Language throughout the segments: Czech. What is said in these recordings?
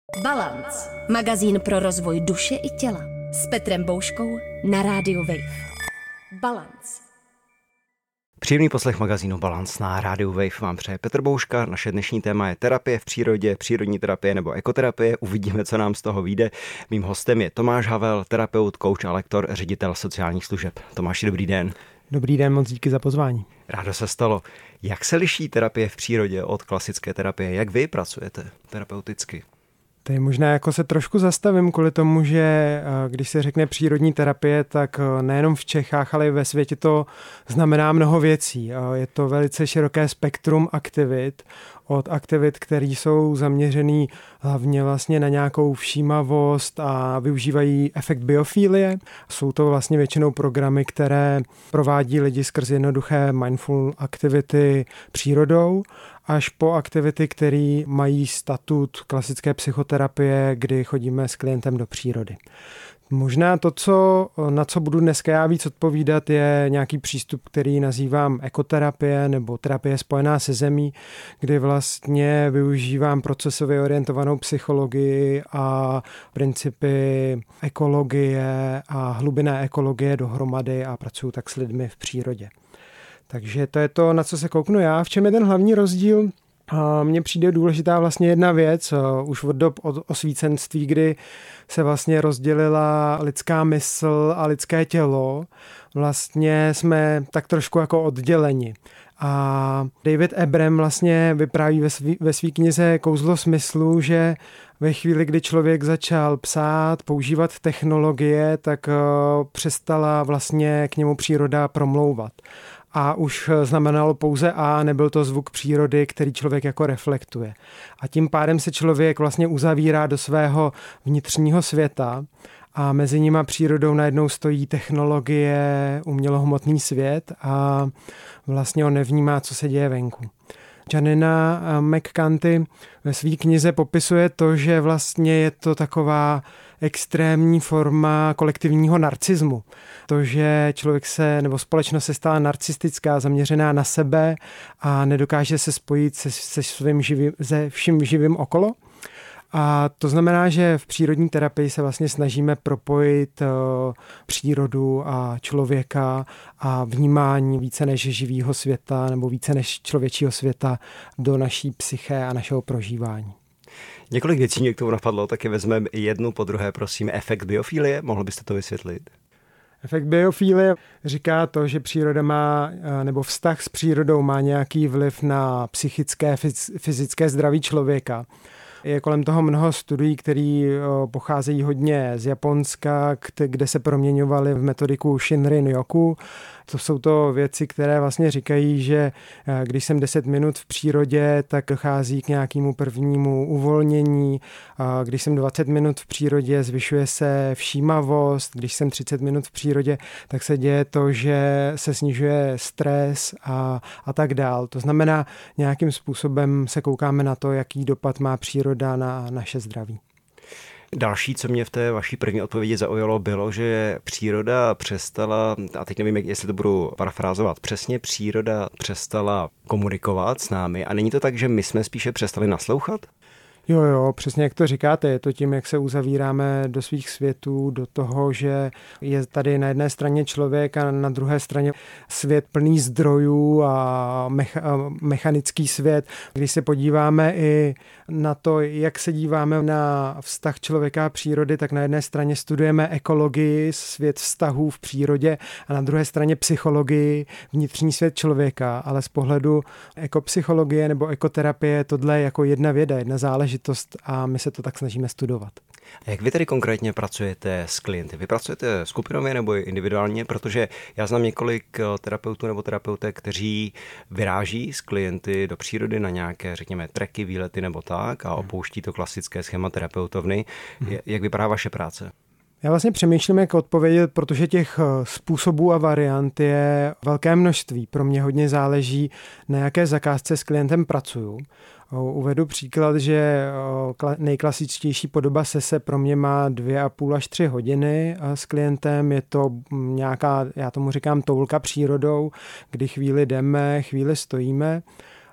Balance. Magazín pro rozvoj duše i těla. S Petrem Bouškou na rádiu Wave. Balance. Příjemný poslech magazínu Balance na rádiu Wave vám přeje Petr Bouška. Naše dnešní téma je terapie v přírodě, přírodní terapie nebo ekoterapie. Uvidíme, co nám z toho vyjde. Mým hostem je Tomáš Havel, terapeut, coach a lektor, ředitel sociálních služeb. Tomáši, dobrý den. Dobrý den, moc díky za pozvání. Rádo se stalo. Jak se liší terapie v přírodě od klasické terapie? Jak vy pracujete terapeuticky? Tady možná jako se trošku zastavím kvůli tomu, že když se řekne přírodní terapie, tak nejenom v Čechách, ale i ve světě to znamená mnoho věcí. Je to velice široké spektrum aktivit, od aktivit, které jsou zaměřený hlavně vlastně na nějakou všímavost a využívají efekt biofílie. Jsou to vlastně většinou programy, které provádí lidi skrz jednoduché mindful aktivity přírodou, až po aktivity, které mají statut klasické psychoterapie, kdy chodíme s klientem do přírody. Možná to, na co budu dneska já víc odpovídat, je nějaký přístup, který nazývám ekoterapie nebo terapie spojená se zemí, kdy vlastně využívám procesově orientovanou psychologii a principy ekologie a hlubinné ekologie dohromady a pracuji tak s lidmi v přírodě. Takže to je to, na co se kouknu já. V čem je ten hlavní rozdíl? Mně přijde důležitá vlastně jedna věc, už od dob osvícenství, kdy se vlastně rozdělila lidská mysl a lidské tělo. Vlastně jsme tak trošku jako odděleni. A David Abram vlastně vypráví ve své knize Kouzlo smyslu, že ve chvíli, kdy člověk začal psát, používat technologie, tak přestala vlastně k němu příroda promlouvat. A už znamenalo pouze A, nebyl to zvuk přírody, který člověk jako reflektuje. A tím pádem se člověk vlastně uzavírá do svého vnitřního světa a mezi nimi přírodou najednou stojí technologie, umělohmotný svět a vlastně on nevnímá, co se děje venku. Janina McCanty ve své knize popisuje to, že vlastně je to taková extrémní forma kolektivního narcismu. To, že člověk nebo společnost se stala narcistická, zaměřená na sebe a nedokáže se spojit se vším živým okolo. A to znamená, že v přírodní terapii se vlastně snažíme propojit přírodu a člověka a vnímání více než živého světa nebo více než člověčího světa do naší psyché a našeho prožívání. Několik věcí mě k tomu napadlo, taky vezmeme jednu po druhé, prosím. Efekt biofílie, mohl byste to vysvětlit? Efekt biofílie říká to, že příroda má, nebo vztah s přírodou má nějaký vliv na psychické, fyzické zdraví člověka. Je kolem toho mnoho studií, které pocházejí hodně z Japonska, kde se proměňovaly v metodiku Shinrin-yoku. To jsou to věci, které vlastně říkají, že když jsem 10 minut v přírodě, tak dochází k nějakému prvnímu uvolnění. Když jsem 20 minut v přírodě, zvyšuje se všímavost. Když jsem 30 minut v přírodě, tak se děje to, že se snižuje stres a tak dál. To znamená, nějakým způsobem se koukáme na to, jaký dopad má příroda na naše zdraví. Další, co mě v té vaší první odpovědi zaujalo, bylo, že příroda přestala, a teď nevím, jestli to budu parafrázovat přesně, příroda přestala komunikovat s námi a není to tak, že my jsme spíše přestali naslouchat? Jo, přesně jak to říkáte, je to tím, jak se uzavíráme do svých světů, do toho, že je tady na jedné straně člověk a na druhé straně svět plný zdrojů a mechanický svět. Když se podíváme i na to, jak se díváme na vztah člověka a přírody, tak na jedné straně studujeme ekologii, svět vztahů v přírodě a na druhé straně psychologii, vnitřní svět člověka, ale z pohledu ekopsychologie nebo ekoterapie tohle je jako jedna věda, jedna záležitost a my se to tak snažíme studovat. A jak vy tedy konkrétně pracujete s klienty? Vy pracujete skupinově nebo individuálně? Protože já znám několik terapeutů nebo terapeutek, kteří vyráží s klienty do přírody na nějaké, řekněme, treky, výlety nebo tak a opouští to klasické schéma terapeutovny. Jak vypadá vaše práce? Já vlastně přemýšlím, jak odpovědět, protože těch způsobů a variant je velké množství. Pro mě hodně záleží, na jaké zakázce s klientem pracuju. Uvedu příklad, že nejklasičtější podoba sese pro mě má 2,5 až 3 hodiny s klientem. Je to nějaká, já tomu říkám, toulka přírodou, kdy chvíli jdeme, chvíli stojíme.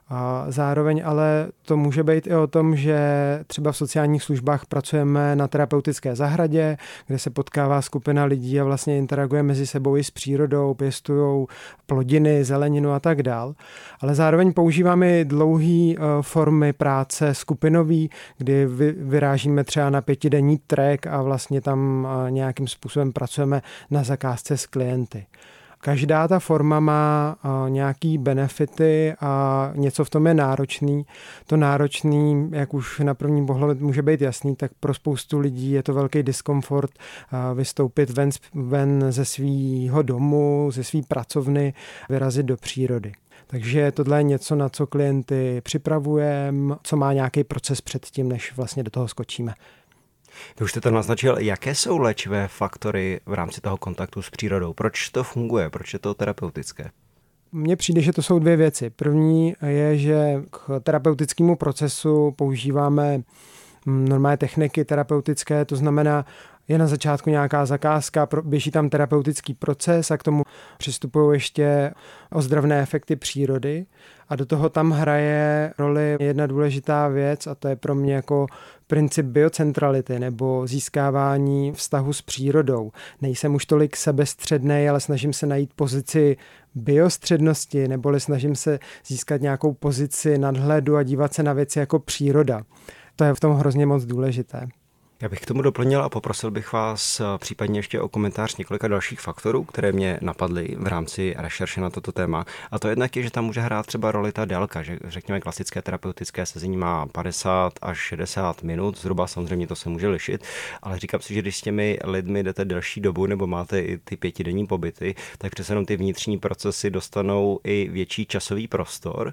A zároveň ale to může být i o tom, že třeba v sociálních službách pracujeme na terapeutické zahradě, kde se potkává skupina lidí a vlastně interaguje mezi sebou i s přírodou, pěstujou plodiny, zeleninu a tak dál. Ale zároveň používáme i dlouhé formy práce skupinový, kdy vyrážíme třeba na 5denní trek a vlastně tam nějakým způsobem pracujeme na zakázce s klienty. Každá ta forma má nějaký benefity a něco v tom je náročný. To náročný, jak už na první pohled může být jasný, tak pro spoustu lidí je to velký diskomfort vystoupit ven ze svého domu, ze své pracovny, vyrazit do přírody. Takže tohle je něco, na co klienty připravujeme, co má nějaký proces předtím, než vlastně do toho skočíme. Vy už jste tam naznačil, jaké jsou léčivé faktory v rámci toho kontaktu s přírodou? Proč to funguje? Proč je to terapeutické? Mně přijde, že to jsou dvě věci. První je, že k terapeutickému procesu používáme normální techniky terapeutické, to znamená, je na začátku nějaká zakázka, běží tam terapeutický proces a k tomu přistupují ještě ozdravné efekty přírody a do toho tam hraje roli jedna důležitá věc a to je pro mě jako princip biocentrality nebo získávání vztahu s přírodou. Nejsem už tolik sebestřednej, ale snažím se najít pozici biostřednosti neboli snažím se získat nějakou pozici nadhledu a dívat se na věci jako příroda. To je v tom hrozně moc důležité. Já bych k tomu doplnil a poprosil bych vás případně ještě o komentář několika dalších faktorů, které mě napadly v rámci rešerše na toto téma. A to jednak je, že tam může hrát třeba roli ta délka, že řekněme klasické terapeutické sezení má 50 až 60 minut, zhruba samozřejmě to se může lišit, ale říkám si, že když s těmi lidmi jdete delší dobu nebo máte i ty 5denní pobyty, tak přece jenom ty vnitřní procesy dostanou i větší časový prostor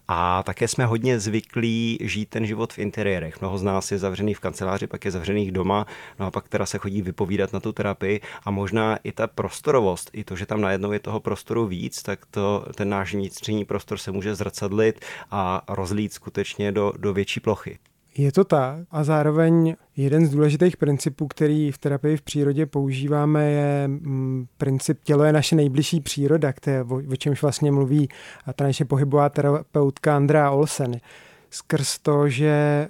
a také jsme hodně zvyklí žít ten život v interiérech. Mnoho z nás je zavřený v kanceláři, pak je zavřený doma, no a pak teda se chodí vypovídat na tu terapii a možná i ta prostorovost, i to, že tam najednou je toho prostoru víc, tak ten náš vnitřní prostor se může zrcadlit a rozlít skutečně do větší plochy. Je to tak a zároveň jeden z důležitých principů, který v terapii v přírodě používáme, je princip tělo je naše nejbližší příroda, o čemž vlastně mluví tradičně pohybová terapeutka Andrea Olsen. Skrz to, že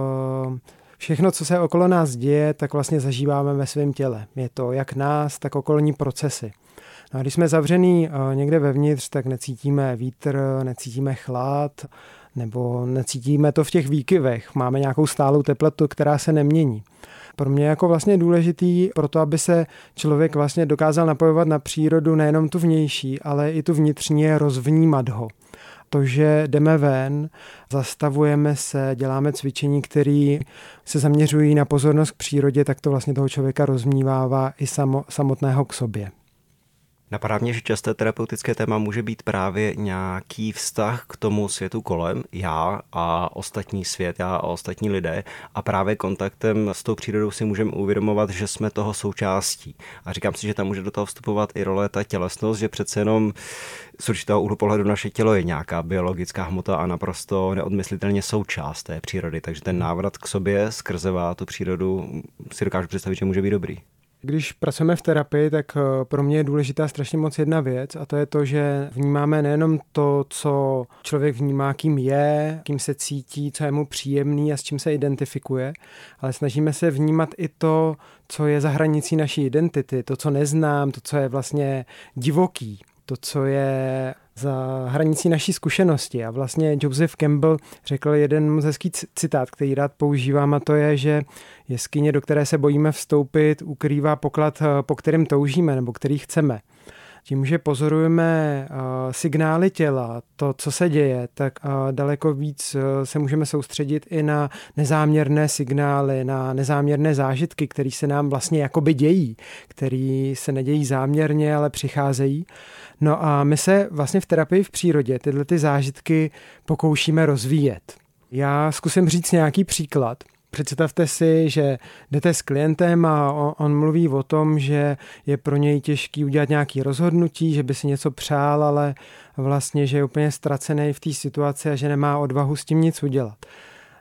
všechno, co se okolo nás děje, tak vlastně zažíváme ve svém těle. Je to jak nás, tak okolní procesy. No a když jsme zavřený někde vevnitř, tak necítíme vítr, necítíme chlad, nebo necítíme to v těch výkyvech. Máme nějakou stálou teplotu, která se nemění. Pro mě je jako vlastně důležitý pro to, aby se člověk vlastně dokázal napojovat na přírodu nejenom tu vnější, ale i tu vnitřní, je rozvnímat ho. To, že jdeme ven, zastavujeme se, děláme cvičení, které se zaměřují na pozornost k přírodě, tak to vlastně toho člověka rozmívává i samotného k sobě. Napadá mě, že časté terapeutické téma může být právě nějaký vztah k tomu světu kolem, já a ostatní svět, já a ostatní lidé a právě kontaktem s tou přírodou si můžeme uvědomovat, že jsme toho součástí. A říkám si, že tam může do toho vstupovat i role ta tělesnost, že přece jenom z určitého úhlu pohledu naše tělo je nějaká biologická hmota a naprosto neodmyslitelně součást té přírody, takže ten návrat k sobě skrze tu přírodu si dokážu představit, že může být dobrý. Když pracujeme v terapii, tak pro mě je důležitá strašně moc jedna věc a to je to, že vnímáme nejenom to, co člověk vnímá, kým je, kým se cítí, co je mu příjemný a s čím se identifikuje, ale snažíme se vnímat i to, co je za hranicí naší identity, to, co neznám, to, co je vlastně divoký, to, co je za hranicí naší zkušenosti. A vlastně Joseph Campbell řekl jeden moc hezký citát, který rád používám, a to je, že jeskyně, do které se bojíme vstoupit, ukrývá poklad, po kterém toužíme nebo který chceme. Tím, že pozorujeme signály těla, to, co se děje, tak daleko víc se můžeme soustředit i na nezáměrné signály, na nezáměrné zážitky, které se nám vlastně jakoby dějí, které se nedějí záměrně, ale přicházejí. No a my se vlastně v terapii v přírodě tyhle ty zážitky pokoušíme rozvíjet. Já zkusím říct nějaký příklad. Představte si, že jdete s klientem a on mluví o tom, že je pro něj těžký udělat nějaké rozhodnutí, že by si něco přál, ale vlastně, že je úplně ztracený v té situaci a že nemá odvahu s tím nic udělat.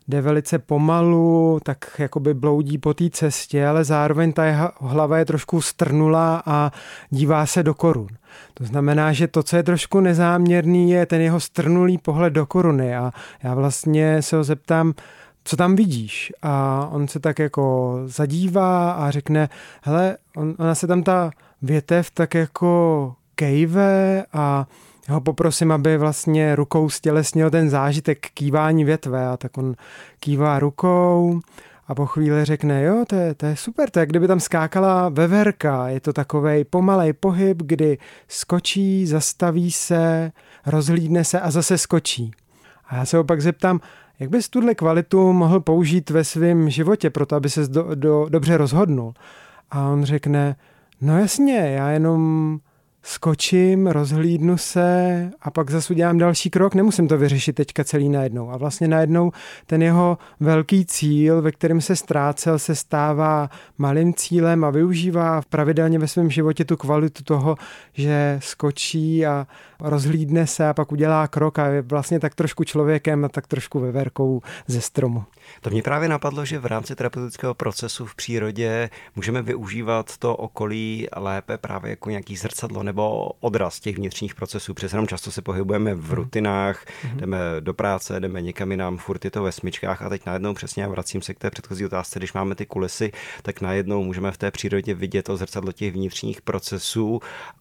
jde velice pomalu, tak jakoby bloudí po té cestě, ale zároveň ta jeho hlava je trošku strnulá a dívá se do korun. To znamená, že to, co je trošku nezáměrný, je ten jeho strnulý pohled do koruny a já vlastně se ho zeptám, co tam vidíš? A on se tak jako zadívá a řekne, hele, ona se tam ta větev tak jako kejve a já ho poprosím, aby vlastně rukou stělesnil ten zážitek kývání větve a tak on kývá rukou a po chvíli řekne, jo, to je super, to je, kdyby tam skákala veverka, je to takovej pomalej pohyb, kdy skočí, zastaví se, rozhlídne se a zase skočí. A já se ho pak zeptám, jak bys tuhle kvalitu mohl použít ve svém životě, proto aby ses dobře rozhodnul? A on řekne, no jasně, já jenom skočím, rozhlídnu se a pak zase udělám další krok, nemusím to vyřešit teďka celý najednou. A vlastně najednou ten jeho velký cíl, ve kterém se ztrácel, se stává malým cílem a využívá pravidelně ve svém životě tu kvalitu toho, že skočí a rozhlídne se a pak udělá krok a je vlastně tak trošku člověkem a tak trošku veverkou ze stromu. To mě právě napadlo, že v rámci terapeutického procesu v přírodě můžeme využívat to okolí lépe právě jako nějaký zrcadlo nebo odraz těch vnitřních procesů. Přece jenom často se pohybujeme v rutinách, jdeme do práce, jdeme někam jinam, furt je to ve smyčkách a teď najednou přesně, a vracím se k té předchozí otázce, když máme ty kulisy, tak najednou můžeme v té přírodě vidět to zrcadlo těch vnitřních procesů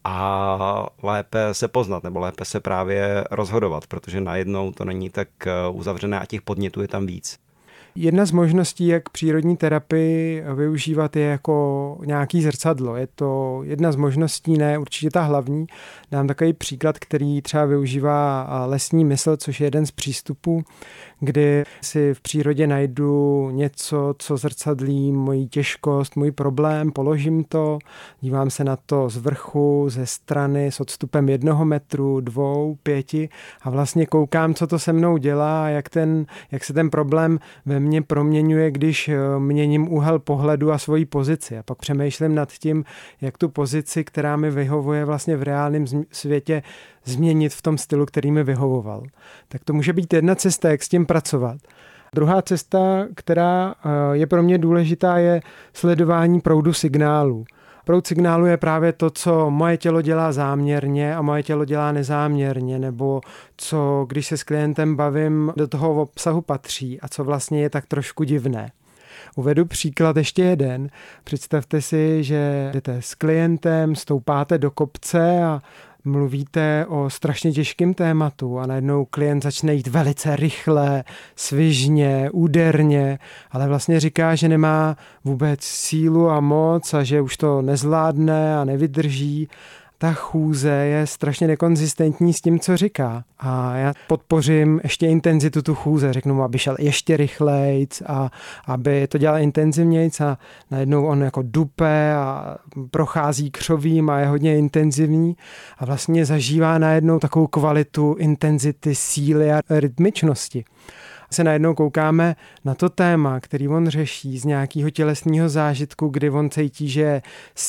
a lépe se poznat nebo lépe se právě rozhodovat, protože najednou to není tak uzavřené a těch podnětů je tam víc. Jedna z možností, jak přírodní terapii využívat, je jako nějaký zrcadlo. Je to jedna z možností, ne určitě ta hlavní. Dám takový příklad, který třeba využívá lesní mysl, což je jeden z přístupů, kdy si v přírodě najdu něco, co zrcadlí moji těžkost, můj problém, položím to, dívám se na to z vrchu, ze strany, s odstupem 1 metru, 2, 5 a vlastně koukám, co to se mnou dělá a jak se ten problém ve mně proměňuje, když měním úhel pohledu a svoji pozici. A pak přemýšlím nad tím, jak tu pozici, která mi vyhovuje vlastně v reálném světě, změnit v tom stylu, který mi vyhovoval. Tak to může být jedna cesta, jak s tím pracovat. Druhá cesta, která je pro mě důležitá, je sledování proudu signálů. Proud signálu je právě to, co moje tělo dělá záměrně a moje tělo dělá nezáměrně, nebo co, když se s klientem bavím, do toho obsahu patří a co vlastně je tak trošku divné. Uvedu příklad ještě jeden. Představte si, že jdete s klientem, stoupáte do kopce a mluvíte o strašně těžkém tématu a najednou klient začne jít velice rychle, svižně, úderně, ale vlastně říká, že nemá vůbec sílu a moc a že už to nezvládne a nevydrží. Ta chůze je strašně nekonzistentní s tím, co říká. A já podpořím ještě intenzitu tu chůze. Řeknu mu, aby šel ještě rychlejc a aby to dělal intenzivnějc a najednou on jako dupe a prochází křovím a je hodně intenzivní a vlastně zažívá najednou takovou kvalitu intenzity, síly a rytmičnosti. Se najednou koukáme na to téma, který on řeší z nějakého tělesného zážitku, kdy on cítí, že je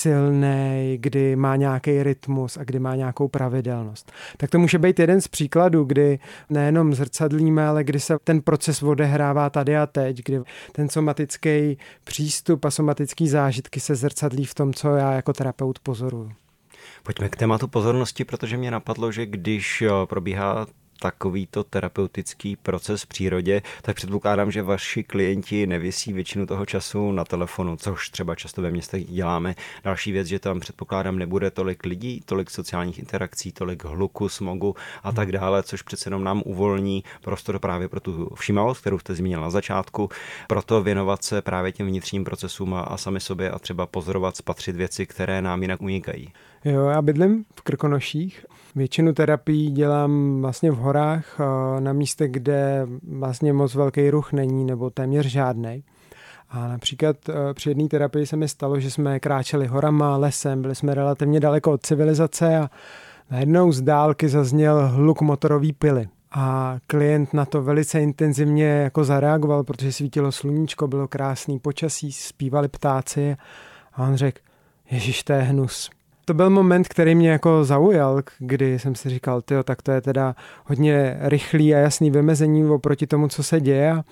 silnej, kdy má nějaký rytmus a kdy má nějakou pravidelnost. Tak to může být jeden z příkladů, kdy nejenom zrcadlíme, ale kdy se ten proces odehrává tady a teď, kdy ten somatický přístup a somatický zážitky se zrcadlí v tom, co já jako terapeut pozoruju. Pojďme k tématu pozornosti, protože mě napadlo, že když probíhá takovýto terapeutický proces v přírodě, tak předpokládám, že vaši klienti nevisí většinu toho času na telefonu, což třeba často ve městech děláme. Další věc, že tam předpokládám nebude tolik lidí, tolik sociálních interakcí, tolik hluku, smogu a tak dále, což přece jenom nám uvolní prostor právě pro tu všímavost, kterou jste zmínil na začátku, proto věnovat se právě těm vnitřním procesům a sami sobě a třeba pozorovat, spatřit věci, které nám jinak unikají. Jo, já bydlím v Krkonoších. Většinu terapií dělám vlastně v horách, na místech, kde vlastně moc velký ruch není nebo téměř žádnej. A například při jedné terapii se mi stalo, že jsme kráčeli horama, lesem, byli jsme relativně daleko od civilizace a najednou z dálky zazněl hluk motorové pily. A klient na to velice intenzivně jako zareagoval, protože svítilo sluníčko, bylo krásný počasí, zpívali ptáci a on řekl, ježiš, to je hnus. To byl moment, který mě jako zaujal, kdy jsem si říkal, tyjo, tak to je teda hodně rychlý a jasný vymezení oproti tomu, co se děje.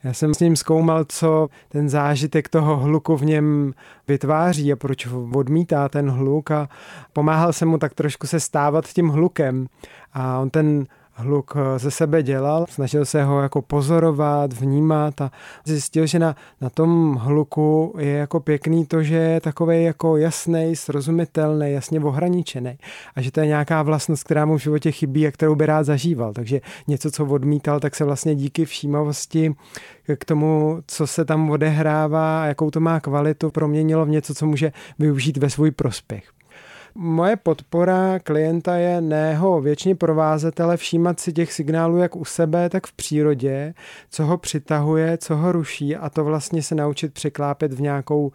Já jsem s ním zkoumal, co ten zážitek toho hluku v něm vytváří a proč odmítá ten hluk a pomáhal jsem mu tak trošku se stávat tím hlukem a on ten hluk ze sebe dělal, snažil se ho jako pozorovat, vnímat a zjistil, že na tom hluku je jako pěkný to, že je takovej jako jasnej, srozumitelný, jasně ohraničený a že to je nějaká vlastnost, která mu v životě chybí a kterou by rád zažíval. Takže něco, co odmítal, tak se vlastně díky všímavosti k tomu, co se tam odehrává a jakou to má kvalitu, proměnilo v něco, co může využít ve svůj prospěch. Moje podpora klienta je ne ho věčně provázet, ale všímat si těch signálů jak u sebe, tak v přírodě, co ho přitahuje, co ho ruší a to vlastně se naučit překlápět v nějakou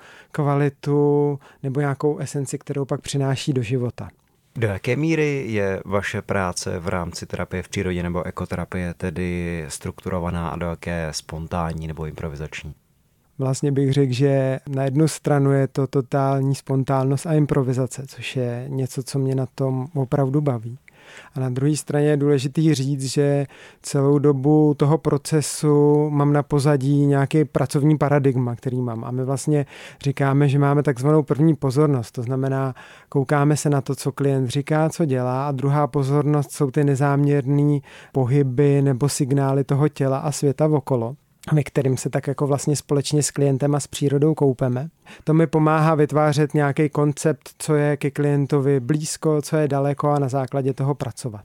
kvalitu nebo nějakou esenci, kterou pak přináší do života. Do jaké míry je vaše práce v rámci terapie v přírodě nebo ekoterapie tedy strukturovaná a do jaké spontánní nebo improvizační? Vlastně bych řekl, že na jednu stranu je to totální spontánnost a improvizace, což je něco, co mě na tom opravdu baví. A na druhé straně je důležitý říct, že celou dobu toho procesu mám na pozadí nějaký pracovní paradigma, který mám. A my vlastně říkáme, že máme takzvanou první pozornost. To znamená, koukáme se na to, co klient říká, co dělá a druhá pozornost jsou ty nezáměrné pohyby nebo signály toho těla a světa okolo, ve kterým se tak jako vlastně společně s klientem a s přírodou koupeme. To mi pomáhá vytvářet nějaký koncept, co je ke klientovi blízko, co je daleko a na základě toho pracovat.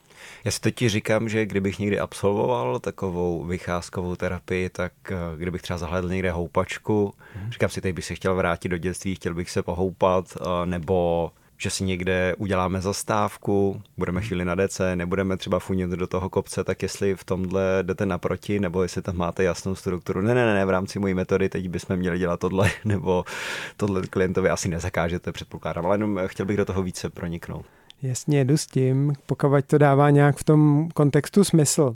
Já si totiž říkám, že kdybych někdy absolvoval takovou vycházkovou terapii, tak kdybych třeba zahlédl někde houpačku, říkám si, teď bych se chtěl vrátit do dětství, chtěl bych se pohoupat, nebo že si někde uděláme zastávku, budeme chvíli na dece, nebudeme třeba funit do toho kopce, tak jestli v tomhle jdete naproti, nebo jestli tam máte jasnou strukturu. Ne, v rámci mojí metody teď bychom měli dělat tohle, nebo tohle klientovi asi nezakážete, předpokládám, ale jenom chtěl bych do toho více proniknout. Jasně, jdu s tím, pokud to dává nějak v tom kontextu smysl.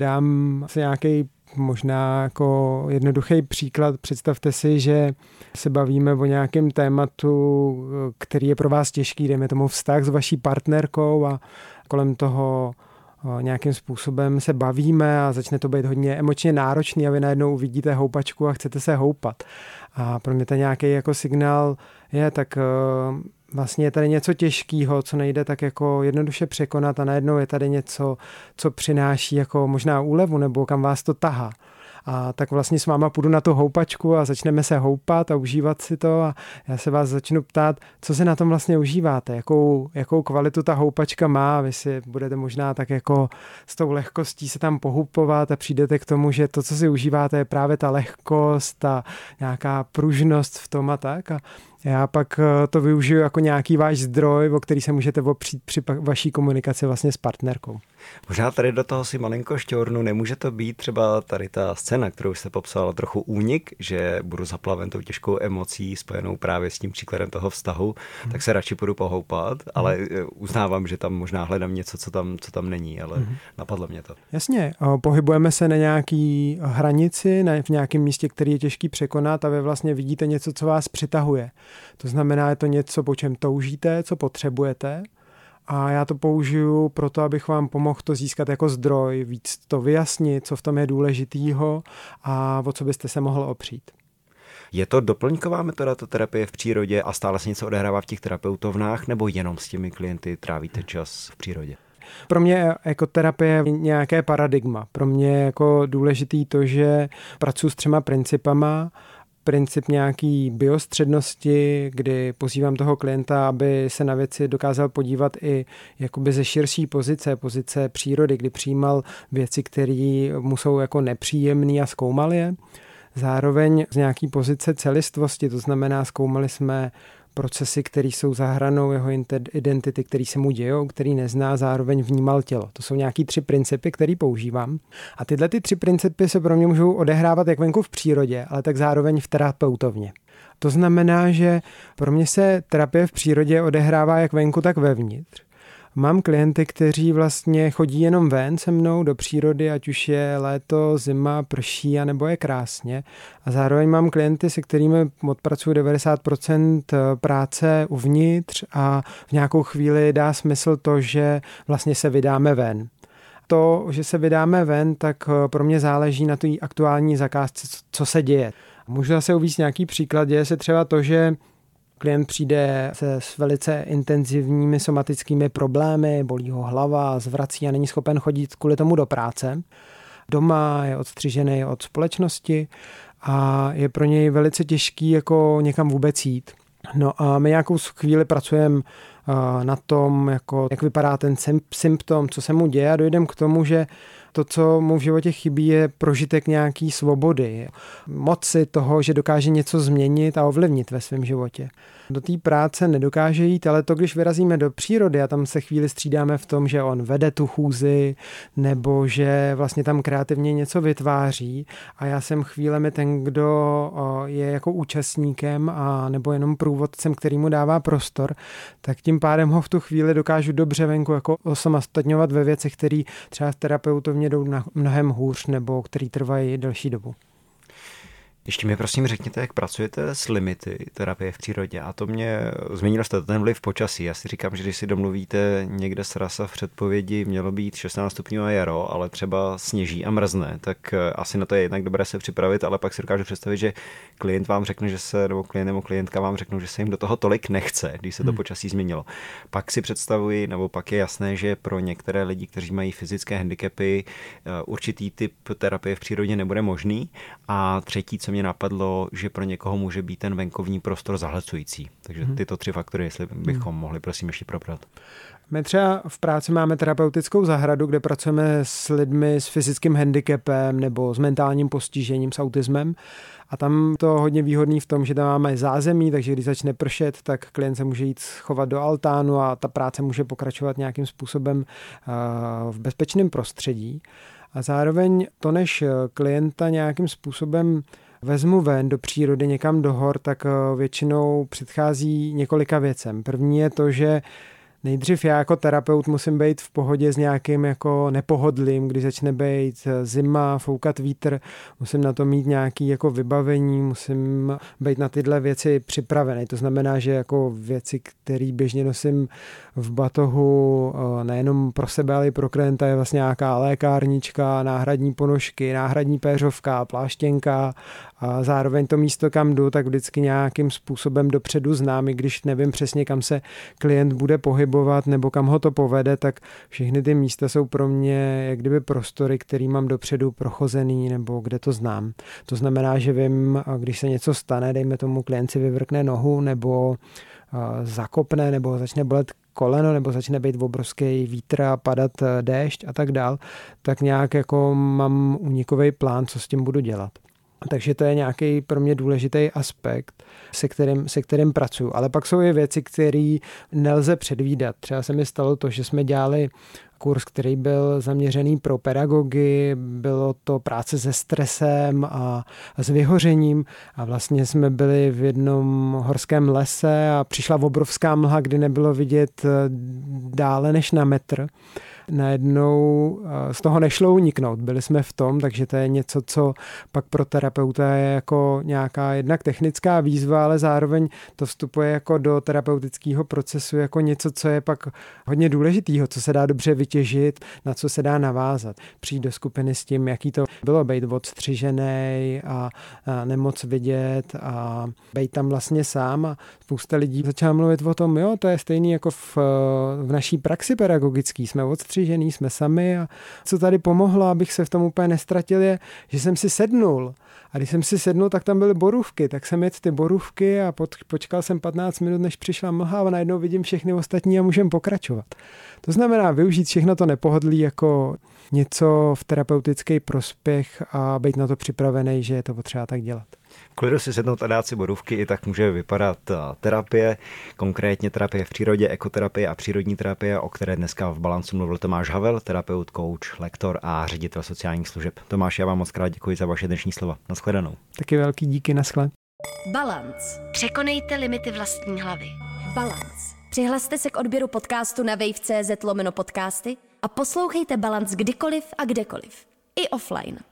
Dám si nějaký možná jako jednoduchý příklad. Představte si, že se bavíme o nějakém tématu, který je pro vás těžký, dejme tomu vztah s vaší partnerkou a kolem toho nějakým způsobem se bavíme a začne to být hodně emočně náročný a vy najednou uvidíte houpačku a chcete se houpat. A pro mě to nějaký jako signál je, tak vlastně je tady něco těžkého, co nejde tak jako jednoduše překonat a najednou je tady něco, co přináší jako možná úlevu nebo kam vás to tahá. A tak vlastně s váma půjdu na tu houpačku a začneme se houpat a užívat si to a já se vás začnu ptát, co si na tom vlastně užíváte, jakou kvalitu ta houpačka má, vy si budete možná tak jako s tou lehkostí se tam pohupovat a přijdete k tomu, že to, co si užíváte, je právě ta lehkost a nějaká pružnost v tom a tak a já pak to využiju jako nějaký váš zdroj, o který se můžete opřít při vaší komunikaci vlastně s partnerkou. Možná tady do toho si malinko šťournu, nemůže to být třeba tady ta scéna, kterou jste popsal, trochu únik, že budu zaplaven tou těžkou emocí spojenou právě s tím příkladem toho vztahu, tak se radši půjdu pohoupat, ale uznávám, že tam možná hledám něco, co tam není, ale napadlo mě to. Jasně, pohybujeme se na nějaký hranici, v nějakém místě, který je těžký překonat a vy vlastně vidíte něco, co vás přitahuje. To znamená, je to něco, po čem toužíte, co potřebujete a já to použiju proto, abych vám pomohl to získat jako zdroj, víc to vyjasnit, co v tom je důležitýho a o co byste se mohl opřít. Je to doplňková metoda to terapie v přírodě a stále se něco odehrává v těch terapeutovnách nebo jenom s těmi klienty trávíte čas v přírodě? Pro mě jako terapie je nějaké paradigma. Pro mě je jako důležitý to, že pracuji s 3 principama. Princip nějaký biostřednosti, kdy pozývám toho klienta, aby se na věci dokázal podívat i jakoby ze širší pozice přírody, kdy přijímal věci, které mu jsou jako nepříjemné a zkoumal je. Zároveň z nějaký pozice celistvosti, to znamená zkoumali jsme procesy, které jsou za hranou jeho identity, který se mu dějou, který nezná, zároveň vnímal tělo. To jsou nějaký 3 principy, které používám. A tyhle 3 principy se pro mě můžou odehrávat jak venku v přírodě, ale tak zároveň v terapeutovně. To znamená, že pro mě se terapie v přírodě odehrává jak venku, tak vevnitř. Mám klienty, kteří vlastně chodí jenom ven se mnou do přírody, ať už je léto, zima, prší, anebo je krásně. A zároveň mám klienty, se kterými odpracuju 90% práce uvnitř a v nějakou chvíli dá smysl to, že vlastně se vydáme ven. to, že se vydáme ven, tak pro mě záleží na té aktuální zakázce, co se děje. Můžu zase uvést nějaký příklad, děje se třeba to, že klient přijde s velice intenzivními somatickými problémy, bolí ho hlava, zvrací a není schopen chodit kvůli tomu do práce. Doma je odstřižený od společnosti a je pro něj velice těžký jako někam vůbec jít. No a my nějakou chvíli pracujeme na tom, jako, jak vypadá ten symptom, co se mu děje a dojdeme k tomu, že to, co mu v životě chybí, je prožitek nějaký svobody, moci toho, že dokáže něco změnit a ovlivnit ve svém životě. Do té práce nedokáže jít, ale to, když vyrazíme do přírody a tam se chvíli střídáme v tom, že on vede tu chůzi nebo že vlastně tam kreativně něco vytváří a já jsem chvílemi ten, kdo je jako účastníkem a nebo jenom průvodcem, který mu dává prostor, tak tím pádem ho v tu chvíli dokážu dobře venku jako osamostatňovat ve věcech, které třeba v terapeutovně jdou mnohem hůř nebo který trvají delší dobu. Ještě mi prosím řekněte, jak pracujete s limity terapie v přírodě. A to mě změnilo jste ten vliv počasí. Já si říkám, že když si domluvíte někde s rasa v předpovědi, mělo být 16 stupňů a jaro, ale třeba sněží a mrzne, tak asi na to je jednak dobré se připravit, ale pak si dokážu představit, že klient vám řekne, že se, nebo klient nebo klientka vám řeknou, že se jim do toho tolik nechce, když se to počasí změnilo. Pak si představuji, nebo pak je jasné, že pro některé lidi, kteří mají fyzické handicapy, určitý typ terapie v přírodě nebude možný. A třetí, co mě napadlo, že pro někoho může být ten venkovní prostor zahlcující. Takže tyto 3 faktory, jestli bychom mohli prosím ještě probrat. My třeba v práci máme terapeutickou zahradu, kde pracujeme s lidmi s fyzickým handicapem nebo s mentálním postižením, s autismem. A tam to hodně výhodný v tom, že tam máme zázemí, takže když začne pršet, tak klient se může jít schovat do altánu a ta práce může pokračovat nějakým způsobem v bezpečném prostředí. A zároveň to, než klienta nějakým způsobem vezmu ven do přírody někam do hor, tak většinou předchází několika věcem. První je to, že nejdřív já jako terapeut musím být v pohodě s nějakým jako nepohodlím, když začne být zima, foukat vítr, musím na to mít nějaké jako vybavení, musím být na tyhle věci připravený. To znamená, že jako věci, které běžně nosím v batohu nejenom pro sebe, ale i pro klienta, je vlastně nějaká lékárnička, náhradní ponožky, náhradní péřovka, pláštěnka a zároveň to místo, kam jdu, tak vždycky nějakým způsobem dopředu znám, i když nevím přesně, kam se klient bude pohybovat nebo kam ho to povede, tak všechny ty místa jsou pro mě jak kdyby prostory, který mám dopředu prochozený nebo kde to znám. To znamená, že vím, když se něco stane, dejme tomu klient si vyvrkne nohu nebo zakopne nebo začne bolet koleno nebo začne být obrovský vítr a padat déšť a tak dál, tak nějak jako mám únikový plán, co s tím budu dělat. Takže to je nějaký pro mě důležitý aspekt, se kterým pracuju. Ale pak jsou i věci, které nelze předvídat. Třeba se mi stalo to, že jsme dělali kurz, který byl zaměřený pro pedagogy, bylo to práce se stresem a s vyhořením a vlastně jsme byli v jednom horském lese a přišla obrovská mlha, kdy nebylo vidět dále než na metr. Najednou z toho nešlo uniknout. Byli jsme v tom, takže to je něco, co pak pro terapeuta je jako nějaká jednak technická výzva, ale zároveň to vstupuje jako do terapeutického procesu jako něco, co je pak hodně důležitého, co se dá dobře vytěžit, na co se dá navázat. Přijít do skupiny s tím, jaký to bylo být odstřižený a nemoc vidět a být tam vlastně sám a spousta lidí začala mluvit o tom, jo, to je stejný jako v naší praxi pedagogický, jsme odstřižený, jsme sami a co tady pomohlo, abych se v tom úplně nestratil, je, že jsem si sednul. A když jsem si sednul, tak tam byly borůvky, tak jsem jedl ty borůvky a počkal jsem 15 minut, než přišla mlha a najednou vidím všechny ostatní a můžeme pokračovat. To znamená využít všechno to nepohodlí jako něco v terapeutický prospěch a být na to připravený, že je to potřeba tak dělat. Klidu si sednout a dát si borůvky, i tak může vypadat terapie, konkrétně terapie v přírodě, ekoterapie a přírodní terapie, o které dneska v Balancu mluvil Tomáš Havel, terapeut, coach, lektor a ředitel sociálních služeb. Tomáš, já vám moc krát děkuji za vaše dnešní slova. Naschledanou. Taky velký díky, naschle. Balance. Překonejte limity vlastní hlavy. Balance. Přihlaste se k odběru podcastu na wave.cz/podcasty a poslouchejte Balance kdykoliv a kdekoliv. I offline.